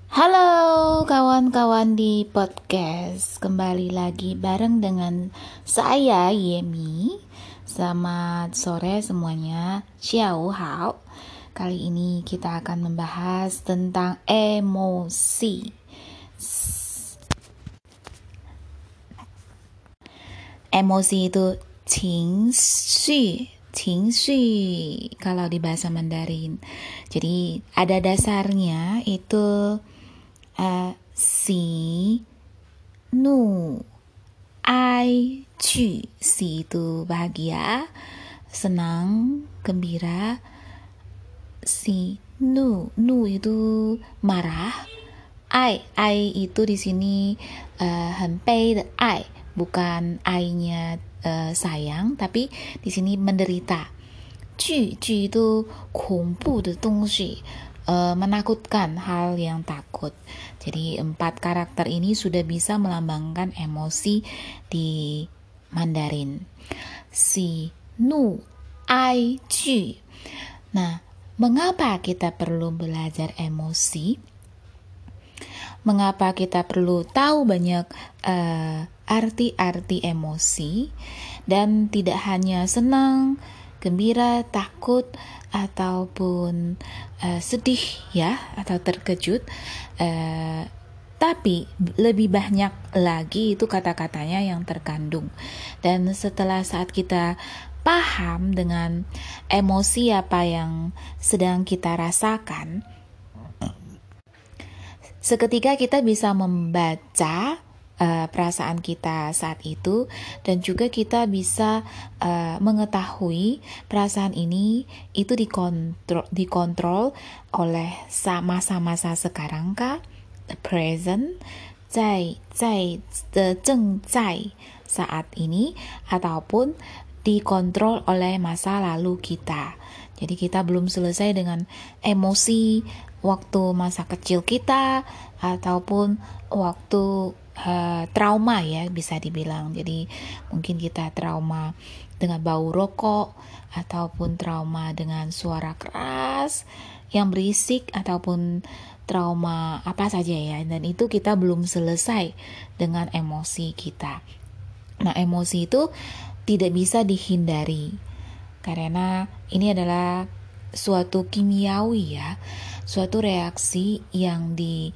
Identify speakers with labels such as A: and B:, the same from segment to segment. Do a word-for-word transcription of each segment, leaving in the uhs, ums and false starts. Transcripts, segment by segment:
A: Halo kawan-kawan di podcast, kembali lagi bareng dengan saya Yemi. Selamat sore semuanya, Xiao Hao. Kali ini kita akan membahas tentang emosi. Emosi itu 情绪 情绪kalau di bahasa Mandarin. Jadi ada dasarnya itu uh, si nu ai ju. Si itu bahagia, senang, gembira. Si nu nu itu marah. Ai ai itu di sini uh, 很悲的爱, bukan ai-nya uh, sayang, tapi di sini menderita. Ju ju itu 恐怖的东西, uh, menakutkan, hal yang takut. Jadi empat karakter ini sudah bisa melambangkan emosi di Mandarin. Si nu ai ju. Nah, mengapa kita perlu belajar emosi? Mengapa kita perlu tahu banyak uh, arti-arti emosi, dan tidak hanya senang, gembira, takut, ataupun uh, sedih ya, atau terkejut, uh, tapi lebih banyak lagi itu kata-katanya yang terkandung. Dan setelah saat kita paham dengan emosi apa yang sedang kita rasakan, seketika kita bisa membaca uh, perasaan kita saat itu, dan juga kita bisa uh, mengetahui perasaan ini itu dikontrol, dikontrol oleh masa-masa sekarang kah, the present, 在在的正在 saat ini, ataupun dikontrol oleh masa lalu kita. Jadi kita belum selesai dengan emosi waktu masa kecil kita, ataupun waktu uh, trauma ya, bisa dibilang. Jadi mungkin kita trauma dengan bau rokok, ataupun trauma dengan suara keras yang berisik, ataupun trauma apa saja ya. Dan itu kita belum selesai dengan emosi kita. Nah, emosi itu tidak bisa dihindari, karena ini adalah suatu kimiawi ya, suatu reaksi yang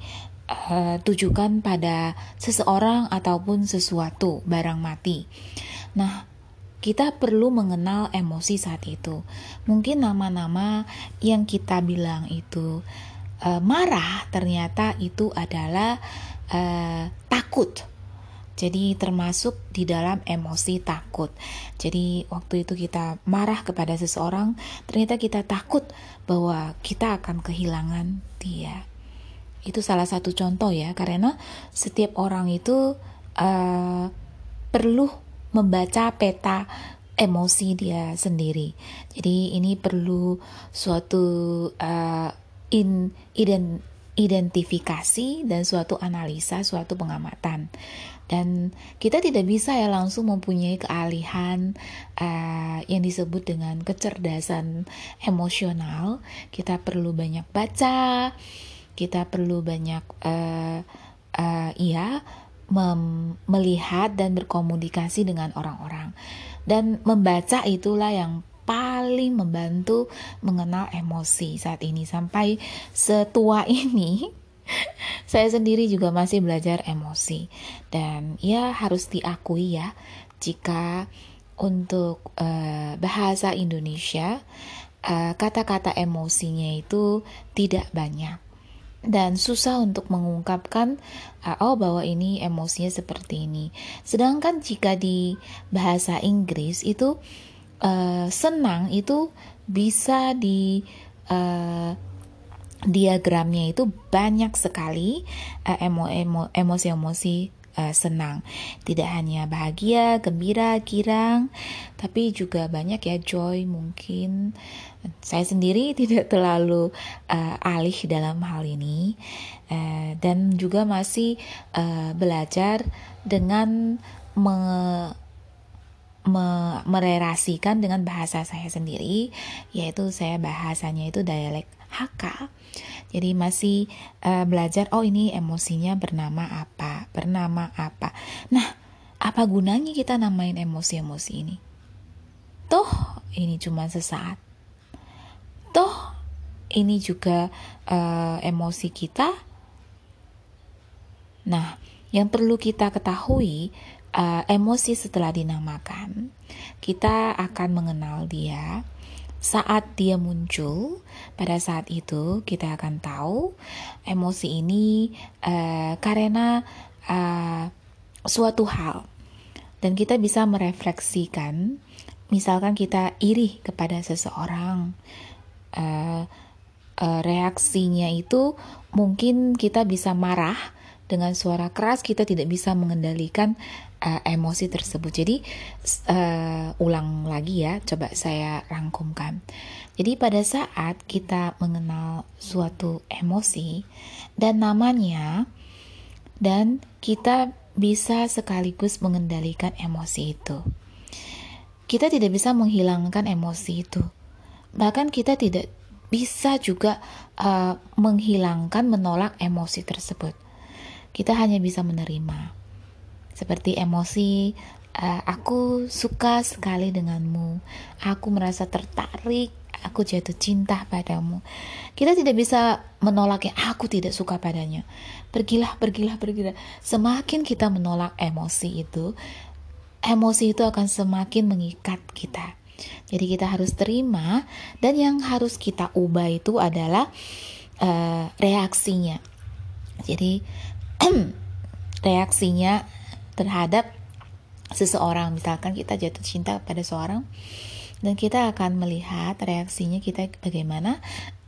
A: ditujukan pada seseorang ataupun sesuatu, barang mati. Nah, kita perlu mengenal emosi saat itu. Mungkin nama-nama yang kita bilang itu uh, marah, ternyata itu adalah uh, takut. Jadi termasuk di dalam emosi takut. Jadi waktu itu kita marah kepada seseorang, ternyata kita takut bahwa kita akan kehilangan dia. Itu salah satu contoh ya, karena setiap orang itu uh, perlu membaca peta emosi dia sendiri. Jadi ini perlu suatu uh, in, ident, identifikasi dan suatu analisa, suatu pengamatan. Dan kita tidak bisa ya langsung mempunyai keahlian uh, yang disebut dengan kecerdasan emosional. Kita perlu banyak baca, kita perlu banyak uh, uh, ya mem- melihat dan berkomunikasi dengan orang-orang. Dan membaca itulah yang paling membantu mengenal emosi saat ini. Sampai setua ini saya sendiri juga masih belajar emosi, dan ya harus diakui ya, jika untuk uh, bahasa Indonesia uh, kata-kata emosinya itu tidak banyak dan susah untuk mengungkapkan uh, oh bahwa ini emosinya seperti ini. Sedangkan jika di bahasa Inggris itu uh, senang itu bisa di uh, diagramnya itu banyak sekali uh, emo, emo, emosi-emosi uh, senang. Tidak hanya bahagia, gembira, girang, tapi juga banyak ya joy mungkin. Saya sendiri tidak terlalu uh, alih dalam hal ini, uh, dan juga masih uh, belajar dengan me- merelasikan dengan bahasa saya sendiri, yaitu saya bahasanya itu dialek H K. Jadi masih uh, belajar, oh ini emosinya bernama apa, bernama apa. Nah, apa gunanya kita namain emosi-emosi ini? Toh, ini cuma sesaat. Toh, ini juga uh, emosi kita. Nah, yang perlu kita ketahui, uh, emosi setelah dinamakan, kita akan mengenal dia. Saat dia muncul, pada saat itu kita akan tahu emosi ini uh, karena uh, suatu hal. Dan kita bisa merefleksikan, misalkan kita iri kepada seseorang, uh, uh, reaksinya itu mungkin kita bisa marah dengan suara keras, kita tidak bisa mengendalikan uh, emosi tersebut. Jadi uh, ulang lagi ya, coba saya rangkumkan. Jadi pada saat kita mengenal suatu emosi dan namanya, dan kita bisa sekaligus mengendalikan emosi itu, kita tidak bisa menghilangkan emosi itu. Bahkan kita tidak bisa juga uh, menghilangkan, menolak emosi tersebut. Kita hanya bisa menerima. Seperti emosi, uh, aku suka sekali denganmu, aku merasa tertarik, aku jatuh cinta padamu. Kita tidak bisa menolak yang aku tidak suka padanya. Pergilah, pergilah, pergilah. Semakin kita menolak emosi itu, emosi itu akan semakin mengikat kita. Jadi kita harus terima, dan yang harus kita ubah itu adalah uh, reaksinya. Jadi reaksinya terhadap seseorang, misalkan kita jatuh cinta pada seseorang, dan kita akan melihat reaksinya kita bagaimana.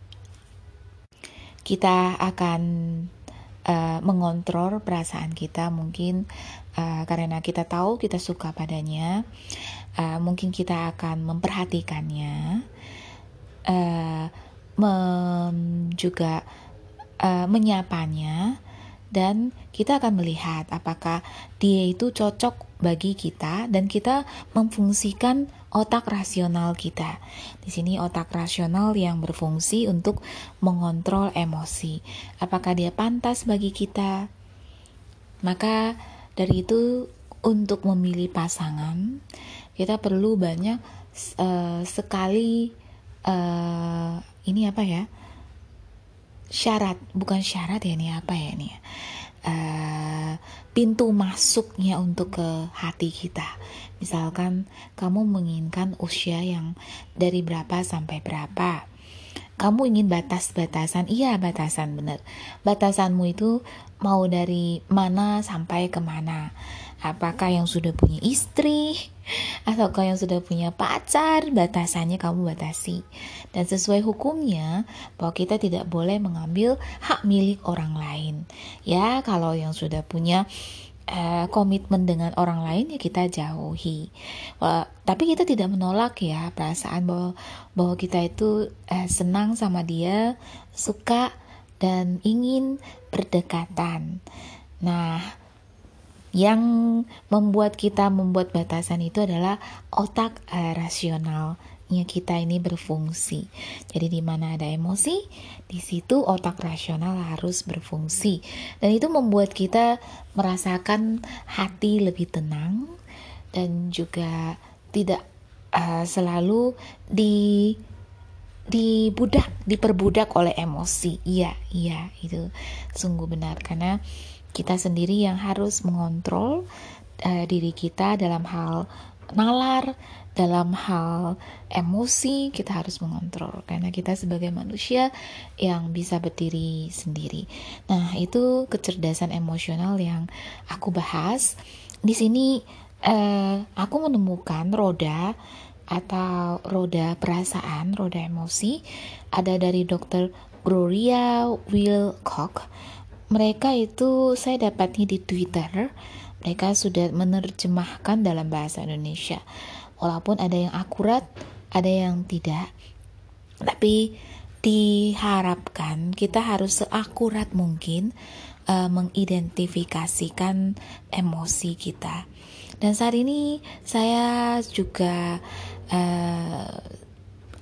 A: Kita akan uh, mengontrol perasaan kita, mungkin uh, karena kita tahu kita suka padanya, uh, mungkin kita akan memperhatikannya, uh, mem- juga uh, menyapanya, dan kita akan melihat apakah dia itu cocok bagi kita, dan kita memfungsikan otak rasional kita. Di sini otak rasional yang berfungsi untuk mengontrol emosi. Apakah dia pantas bagi kita? Maka dari itu, untuk memilih pasangan, kita perlu banyak uh, sekali uh, ini apa ya? syarat, bukan syarat ya, ini apa ya ini uh, pintu masuknya untuk ke hati kita. Misalkan kamu menginginkan usia yang dari berapa sampai berapa, kamu ingin batas-batasan, iya batasan, benar. Batasanmu itu mau dari mana sampai kemana? Apakah yang sudah punya istri, ataukah yang sudah punya pacar? Batasannya kamu batasi. Dan sesuai hukumnya, bahwa kita tidak boleh mengambil hak milik orang lain. Ya, kalau yang sudah punya Uh, komitmen dengan orang lain, ya kita jauhi. Well, tapi kita tidak menolak ya perasaan bahwa bahwa kita itu uh, senang sama dia, suka dan ingin berdekatan. Nah, yang membuat kita membuat batasan itu adalah otak uh, rasionalnya kita ini berfungsi. Jadi di mana ada emosi, di situ otak rasional harus berfungsi. Dan itu membuat kita merasakan hati lebih tenang, dan juga tidak uh, selalu di dibudak, diperbudak oleh emosi. Iya, iya, itu sungguh benar, karena kita sendiri yang harus mengontrol uh, diri kita dalam hal nalar, dalam hal emosi. Kita harus mengontrol karena kita sebagai manusia yang bisa berdiri sendiri. Nah, itu kecerdasan emosional yang aku bahas di sini. Uh, aku menemukan roda atau roda perasaan, roda emosi, ada dari dokter Gloria Wilcock. Mereka itu saya dapatnya di Twitter. Mereka sudah menerjemahkan dalam bahasa Indonesia. Walaupun ada yang akurat, ada yang tidak. Tapi diharapkan kita harus seakurat mungkin uh, mengidentifikasikan emosi kita. Dan saat ini saya juga uh,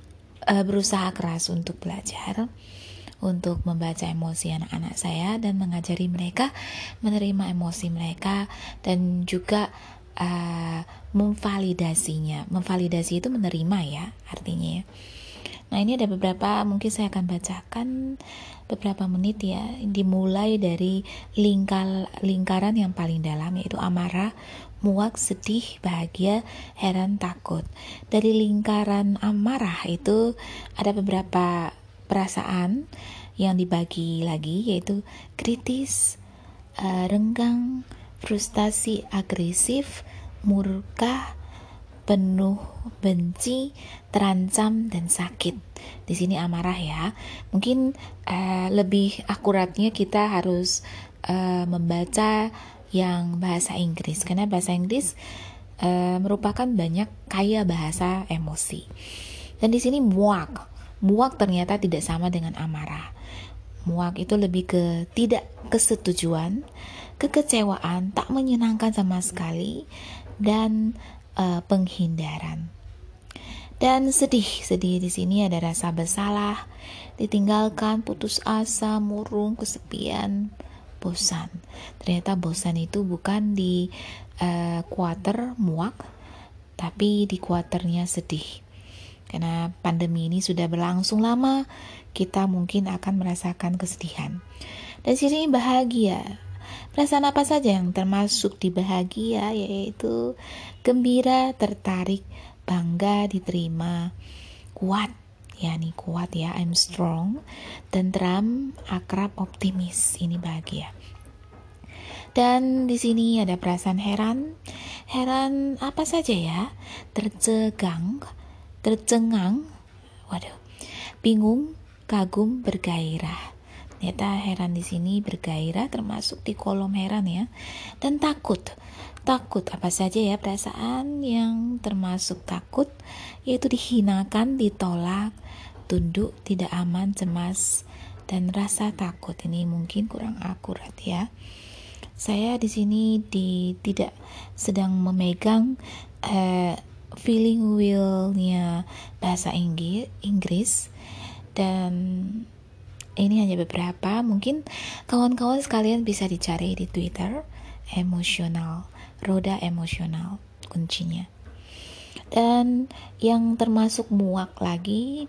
A: uh, berusaha keras untuk belajar, untuk membaca emosi anak-anak saya dan mengajari mereka menerima emosi mereka dan juga uh, memvalidasinya. Memvalidasi itu menerima ya, artinya ya. Nah, ini ada beberapa, mungkin saya akan bacakan beberapa menit ya. Dimulai dari lingkar, lingkaran yang paling dalam, yaitu amarah, muak, sedih, bahagia, heran, takut. Dari lingkaran amarah itu ada beberapa perasaan yang dibagi lagi, yaitu kritis, uh, renggang, frustasi, agresif, murka, penuh benci, terancam, dan sakit. Di sini amarah ya. Mungkin uh, lebih akuratnya kita harus uh, membaca yang bahasa Inggris, karena bahasa Inggris uh, merupakan banyak kaya bahasa emosi. Dan di sini muak, muak ternyata tidak sama dengan amarah. Muak itu lebih ke tidak kesetujuan, kekecewaan, tak menyenangkan sama sekali, dan Uh, penghindaran. Dan sedih, sedih di sini ada rasa bersalah, ditinggalkan, putus asa, murung, kesepian, bosan. Ternyata bosan itu bukan di uh, kuarter muak, tapi di kuarternya sedih. Karena pandemi ini sudah berlangsung lama, kita mungkin akan merasakan kesedihan. Dan sini bahagia. Perasaan apa saja yang termasuk di bahagia, yaitu gembira, tertarik, bangga, diterima, kuat, yakni kuat ya, I'm strong, tentram, akrab, optimis, ini bahagia. Dan di sini ada perasaan heran, heran apa saja ya, tercegang, tercengang, waduh, bingung, kagum, bergairah. Ternyata heran di sini bergairah, termasuk di kolom heran ya. Dan takut, takut apa saja ya perasaan yang termasuk takut, yaitu dihinakan, ditolak, tunduk, tidak aman, cemas, dan rasa takut. Ini mungkin kurang akurat ya. Saya di sini di, tidak sedang memegang uh, feeling wheel-nya bahasa Inggris, dan ini hanya beberapa, mungkin kawan-kawan sekalian bisa dicari di Twitter, emosional, roda emosional kuncinya. Dan yang termasuk muak lagi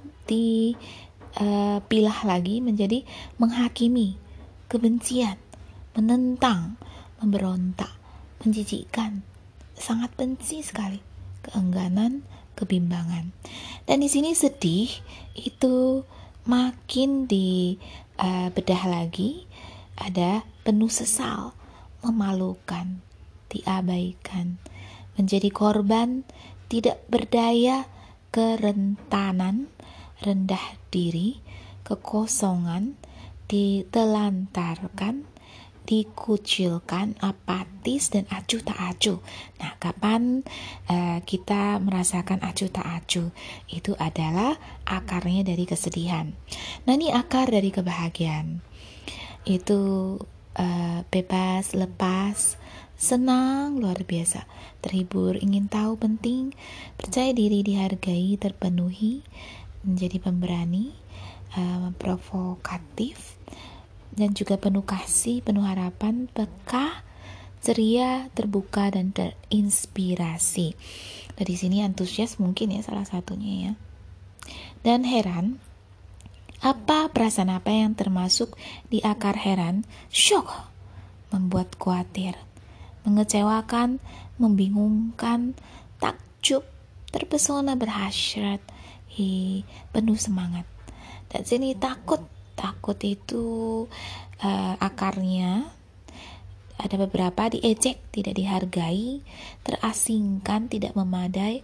A: dipilah uh, lagi menjadi menghakimi, kebencian, menentang, memberontak, menjijikkan, sangat benci sekali, keengganan, kebimbangan. Dan di sini sedih itu makin di uh, bedah lagi, ada penuh sesal, memalukan, diabaikan, menjadi korban, tidak berdaya, kerentanan, rendah diri, kekosongan, ditelantarkan, dikucilkan, apatis, dan acuh tak acuh. Nah, kapan uh, kita merasakan acuh tak acuh? Itu adalah akarnya dari kesedihan. Nah, ini akar dari kebahagiaan. Itu uh, bebas, lepas, senang, luar biasa, terhibur, ingin tahu, penting, percaya diri, dihargai, terpenuhi, menjadi pemberani, uh, provokatif, dan juga penuh kasih, penuh harapan, peka, ceria, terbuka, dan terinspirasi. Dari sini antusias mungkin ya salah satunya ya. Dan heran, apa perasaan apa yang termasuk di akar heran? Shock, membuat khawatir, mengecewakan, membingungkan, takjub, terpesona, berhasrat, hi, penuh semangat. Dan sini takut. Takut itu uh, akarnya ada beberapa, diejek, tidak dihargai, terasingkan, tidak memadai.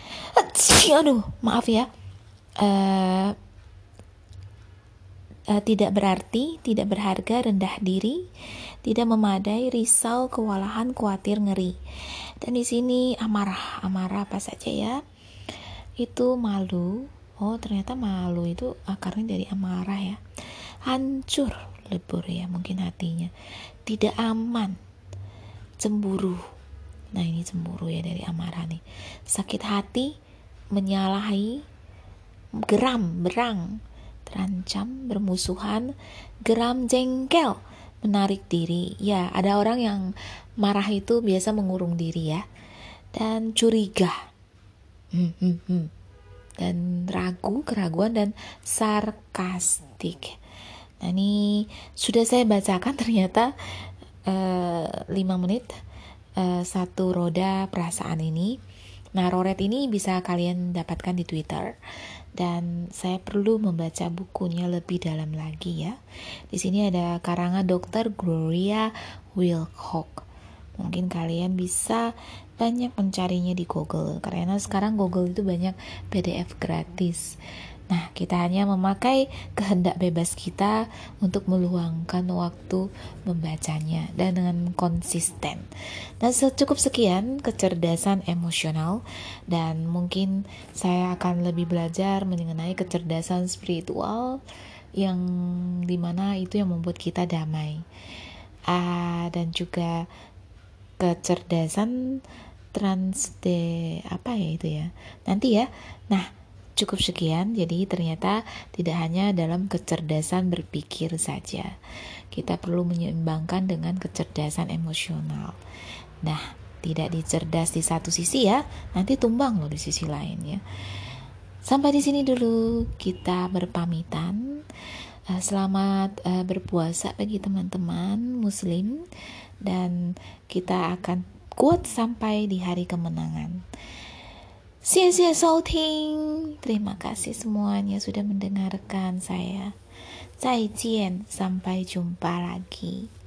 A: Aduh, maaf ya. Uh, uh, tidak berarti, tidak berharga, rendah diri, tidak memadai, risau, kewalahan, khawatir, ngeri. Dan di sini amarah, amarah apa saja ya? Itu malu. Oh, ternyata malu itu akarnya dari amarah ya. Hancur, lebur ya mungkin hatinya. Tidak aman, cemburu. Nah, ini cemburu ya dari amarah nih. Sakit hati, menyalahi, geram, berang, terancam, bermusuhan, geram, jengkel, menarik diri. Ya, ada orang yang marah itu biasa mengurung diri ya. Dan curiga. Hmm, hmm, hmm. Dan ragu, keraguan, dan sarkastik. Nah, ini sudah saya bacakan ternyata uh, lima menit uh, satu roda perasaan ini. Nah, roret ini bisa kalian dapatkan di Twitter. Dan saya perlu membaca bukunya lebih dalam lagi ya. Di sini ada karangan dokter Gloria Wilcock. Mungkin kalian bisa banyak mencarinya di Google, karena sekarang Google itu banyak P D F gratis. Nah, kita hanya memakai kehendak bebas kita untuk meluangkan waktu membacanya dan dengan konsisten. Nah, cukup sekian kecerdasan emosional, dan mungkin saya akan lebih belajar mengenai kecerdasan spiritual yang dimana itu yang membuat kita damai. Ah, dan juga kecerdasan trans de apa ya itu ya nanti ya. Nah, cukup sekian. Jadi ternyata tidak hanya dalam kecerdasan berpikir saja, kita perlu menyeimbangkan dengan kecerdasan emosional. Nah, tidak dicerdas di satu sisi ya, nanti tumbang loh di sisi lain ya. Sampai di sini dulu kita berpamitan. Selamat uh, berpuasa bagi teman-teman muslim, dan kita akan kuat sampai di hari kemenangan. Sia-sia shouting. Terima kasih semuanya sudah mendengarkan saya. 再见, sampai jumpa lagi.